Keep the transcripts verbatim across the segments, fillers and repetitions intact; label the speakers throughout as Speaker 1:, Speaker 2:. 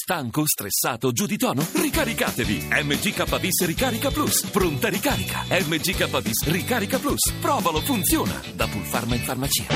Speaker 1: Stanco, stressato, giù di tono? Ricaricatevi! M G K Bis Ricarica Plus. Pronta ricarica. M G K Bis Ricarica Plus. Provalo, funziona. Da Pulpharma in farmacia.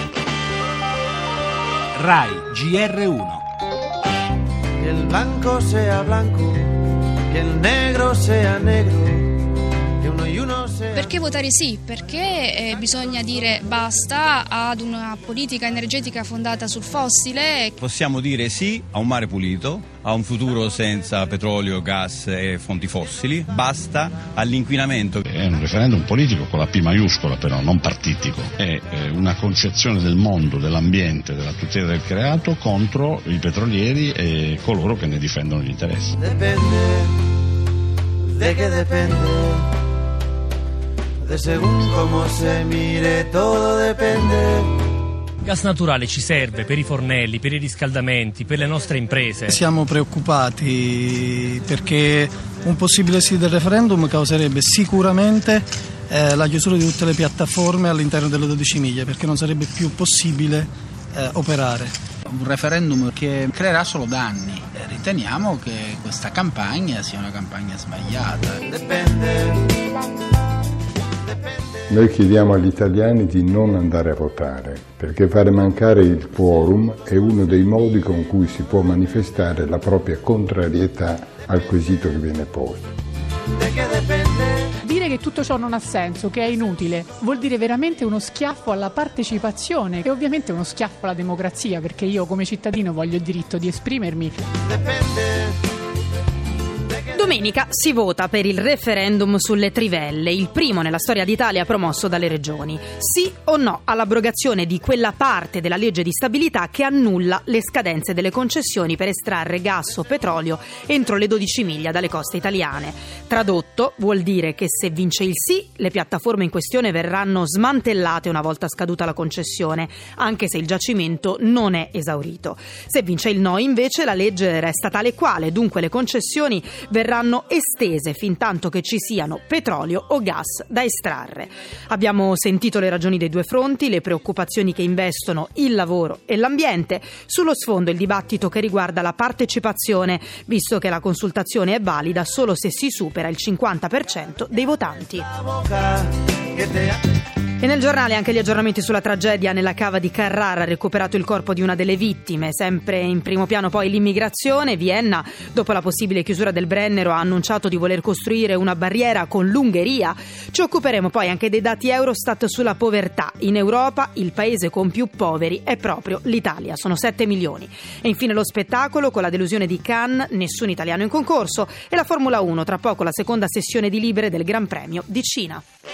Speaker 2: Rai G R uno.
Speaker 3: Que el blanco sea blanco, que el negro sea negro.
Speaker 4: Perché votare sì? Perché eh, bisogna dire basta ad una politica energetica fondata sul fossile.
Speaker 5: Possiamo dire sì a un mare pulito, a un futuro senza petrolio, gas e fonti fossili. Basta all'inquinamento.
Speaker 6: È un referendum politico con la P maiuscola, però non partitico. È una concezione del mondo, dell'ambiente, della tutela del creato contro i petrolieri e coloro che ne difendono gli interessi.
Speaker 3: Depende, de che depende. De según como se mire, todo depende.
Speaker 7: Gas naturale ci serve per i fornelli, per i riscaldamenti, per le nostre imprese.
Speaker 8: Siamo preoccupati perché un possibile sì del referendum causerebbe sicuramente eh, la chiusura di tutte le piattaforme all'interno delle dodici miglia, perché non sarebbe più possibile eh, operare.
Speaker 2: Un referendum che creerà solo danni. Riteniamo che questa campagna sia una campagna sbagliata.
Speaker 3: Depende.
Speaker 9: Noi chiediamo agli italiani di non andare a votare, perché fare mancare il quorum è uno dei modi con cui si può manifestare la propria contrarietà al quesito che viene posto.
Speaker 10: Dire che tutto ciò non ha senso, che è inutile, vuol dire veramente uno schiaffo alla partecipazione e ovviamente uno schiaffo alla democrazia, perché io come cittadino voglio il diritto di esprimermi.
Speaker 11: Domenica si vota per il referendum sulle trivelle, il primo nella storia d'Italia promosso dalle regioni. Sì o no all'abrogazione di quella parte della legge di stabilità che annulla le scadenze delle concessioni per estrarre gas o petrolio entro le dodici miglia dalle coste italiane. Tradotto, vuol dire che se vince il sì, le piattaforme in questione verranno smantellate una volta scaduta la concessione, anche se il giacimento non è esaurito. Se vince il no, invece, la legge resta tale quale, dunque le concessioni verranno estese fin tanto che ci siano petrolio o gas da estrarre. Abbiamo sentito le ragioni dei due fronti, le preoccupazioni che investono il lavoro e l'ambiente. Sullo sfondo il dibattito che riguarda la partecipazione, visto che la consultazione è valida solo se si supera il cinquanta per cento dei votanti. E nel giornale anche gli aggiornamenti sulla tragedia nella cava di Carrara, recuperato il corpo di una delle vittime. Sempre in primo piano poi l'immigrazione. Vienna, dopo la possibile chiusura del Brennero, ha annunciato di voler costruire una barriera con l'Ungheria. Ci occuperemo poi anche dei dati Eurostat sulla povertà. In Europa il paese con più poveri è proprio l'Italia, sono sette milioni. E infine lo spettacolo, con la delusione di Cannes, nessun italiano in concorso, e la Formula uno, tra poco la seconda sessione di libere del Gran Premio di Cina.